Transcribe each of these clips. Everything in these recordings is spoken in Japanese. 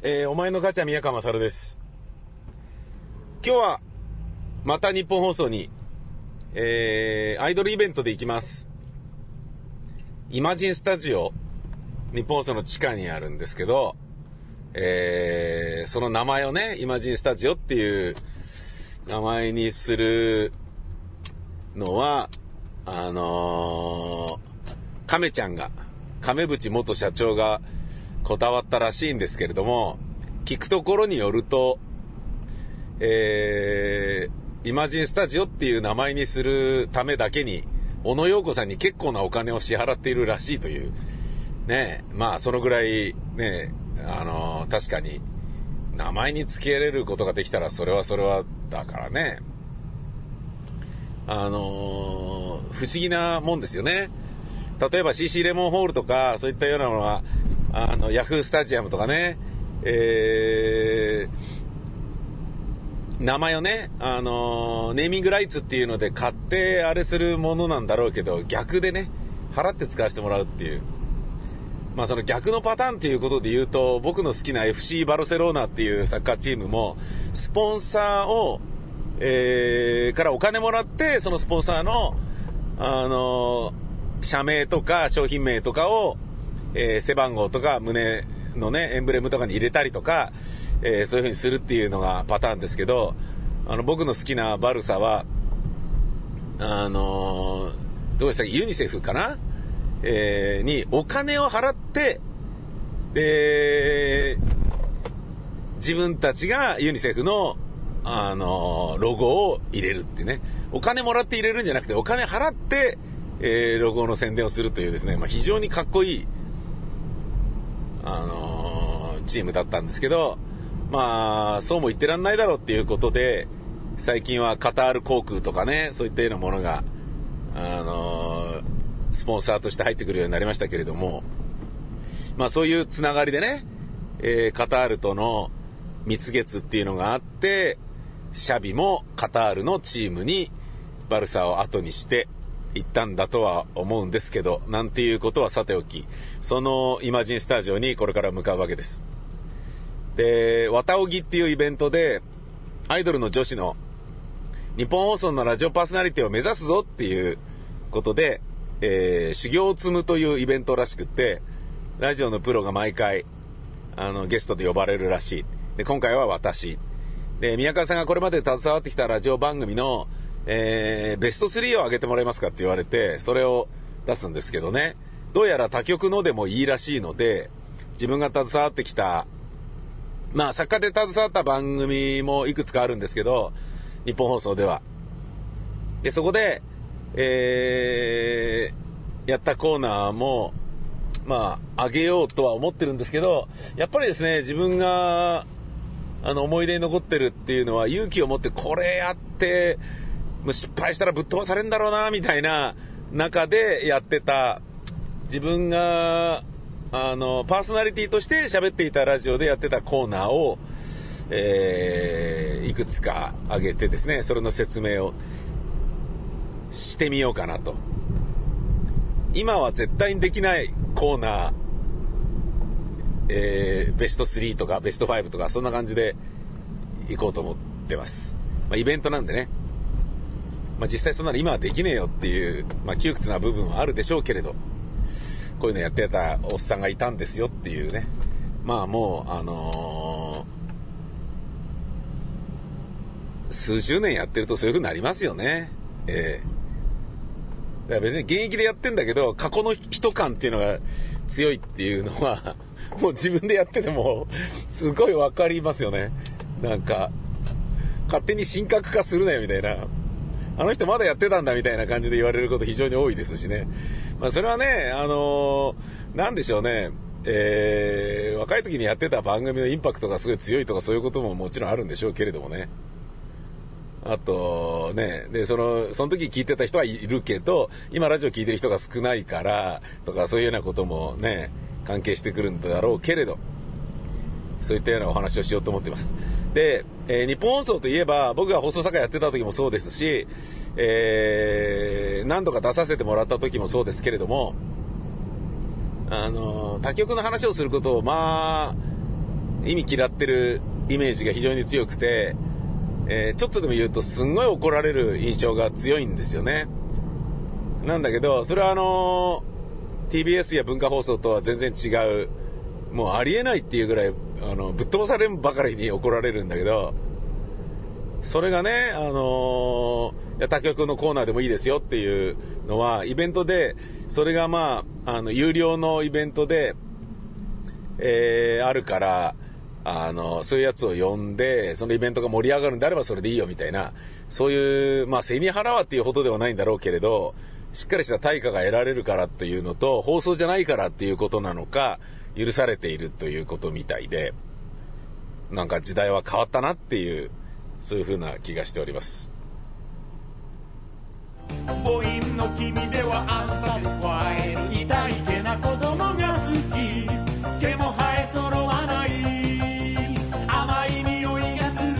お前のガチャ宮川勝です。今日はまた日本放送に、アイドルイベントで行きます。イマジンスタジオ、日本放送の地下にあるんですけど、その名前をね、イマジンスタジオっていう名前にするのは、亀ちゃんが、亀渕元社長がこだわったらしいんですけれども、聞くところによると、イマジンスタジオっていう名前にするためだけに小野陽子さんに結構なお金を支払っているらしいというね。まあそのぐらいね、確かに名前に付けられることができたらそれはだからね、不思議なもんですよね。例えば CC レモンホールとかそういったようなものはヤフースタジアムとかね、名前をね、ネーミングライツっていうので買ってあれするものなんだろうけど、逆でね、払って使わせてもらうっていう。まあその逆のパターンっていうことで言うと、僕の好きな FC バルセロナっていうサッカーチームも、スポンサーを、からお金もらって、そのスポンサーの、社名とか商品名とかを、背番号とか胸のね、エンブレムとかに入れたりとか、そういう風にするっていうのがパターンですけど、僕の好きなバルサは、どうでしたっけ、ユニセフかな、にお金を払って、で、自分たちがユニセフの、ロゴを入れるってね。お金もらって入れるんじゃなくて、お金払って、ロゴの宣伝をするというですね、まあ、非常にかっこいい、チームだったんですけど、まあそうも言ってらんないだろうっていうことで、最近はカタール航空とかね、そういったようなものがスポンサーとして入ってくるようになりましたけれども、まあそういうつながりでね、カタールとの蜜月っていうのがあって、シャビもカタールのチームにバルサを後にして行ったんだとは思うんですけど、なんていうことはさておき、そのイマジンスタジオにこれから向かうわけです。で、わたおぎっていうイベントで、アイドルの女子の日本放送のラジオパーソナリティを目指すぞっていうことで、修行を積むというイベントらしくって、ラジオのプロが毎回、ゲストで呼ばれるらしい。で、今回は私。で、宮川さんがこれまで携わってきたラジオ番組の、ベスト3を上げてもらえますかって言われて、それを出すんですけどね。どうやら他局のでもいいらしいので、自分が携わってきた、まあ作家で携わった番組もいくつかあるんですけど、日本放送では。で、そこで、やったコーナーも、まあ、上げようとは思ってるんですけど、やっぱりですね、自分が、思い出に残ってるっていうのは、勇気を持ってこれやって、もう失敗したらぶっ飛ばされるんだろうな、みたいな中でやってた、自分が、パーソナリティとして喋っていたラジオでやってたコーナーを、いくつか上げてですね、それの説明をしてみようかなと。今は絶対にできないコーナー、ベスト3とかベスト5とかそんな感じで行こうと思ってます。まあ、イベントなんでね。まあ、実際そんなの今はできねえよっていう、まあ、窮屈な部分はあるでしょうけれど、こういうのやってたおっさんがいたんですよっていうね。まあもう、数十年やってるとそういう風になりますよね。だから別に現役でやってんだけど、過去の人感っていうのが強いっていうのは、もう自分でやってても、すごいわかりますよね。なんか、勝手に神格化するなよみたいな。あの人まだやってたんだみたいな感じで言われること非常に多いですしね。まあそれはね、なんでしょうね。若い時にやってた番組のインパクトがすごい強いとかそういうことももちろんあるんでしょうけれどもね。あとね、で、その時聞いてた人はいるけど、今ラジオ聞いてる人が少ないから、とかそういうようなこともね、関係してくるんだろうけれど、そういったようなお話をしようと思っています。で、日本放送といえば、僕が放送作家やってた時もそうですし、何度か出させてもらった時もそうですけれども、他局の話をすることを、まあ、 意味嫌ってるイメージが非常に強くて、ちょっとでも言うとすんごい怒られる印象が強いんですよね。なんだけど、それはTBS や文化放送とは全然違う、もうありえないっていうぐらい、ぶっ飛ばされるばかりに怒られるんだけど、それがね、他局のコーナーでもいいですよっていうのは、イベントで、それが有料のイベントで、あるから、そういうやつを呼んで、そのイベントが盛り上がるんであればそれでいいよみたいな、そういう、背に腹はっていうほどではないんだろうけれど、しっかりした対価が得られるからっていうのと、放送じゃないからっていうことなのか、許されているということみたいで、なんか時代は変わったなっていう、そういう風な気がしております。 母音の君ではアンサティスファイ、痛いけな子供が好き、毛も生え揃わない甘い匂いがする、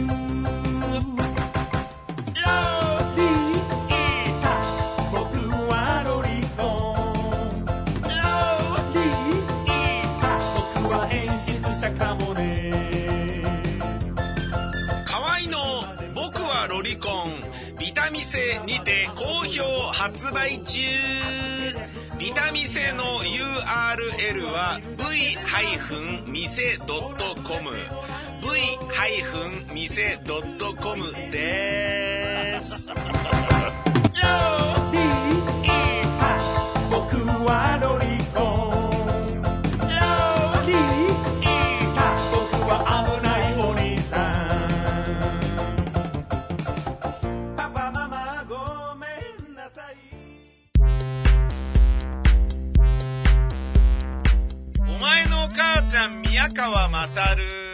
ロリータ、僕はロリコン、ロリータ、僕は変質者かもね、 河合の僕はロリコン、ビタミセにて好評発売中。ビタミセの URL は v-mise.com v-mise.com です。 ロリータ、僕はロリコン、ロリータ、僕は危ないお兄さん、パパママごめんなさい。 お前の母ちゃん宮川勝。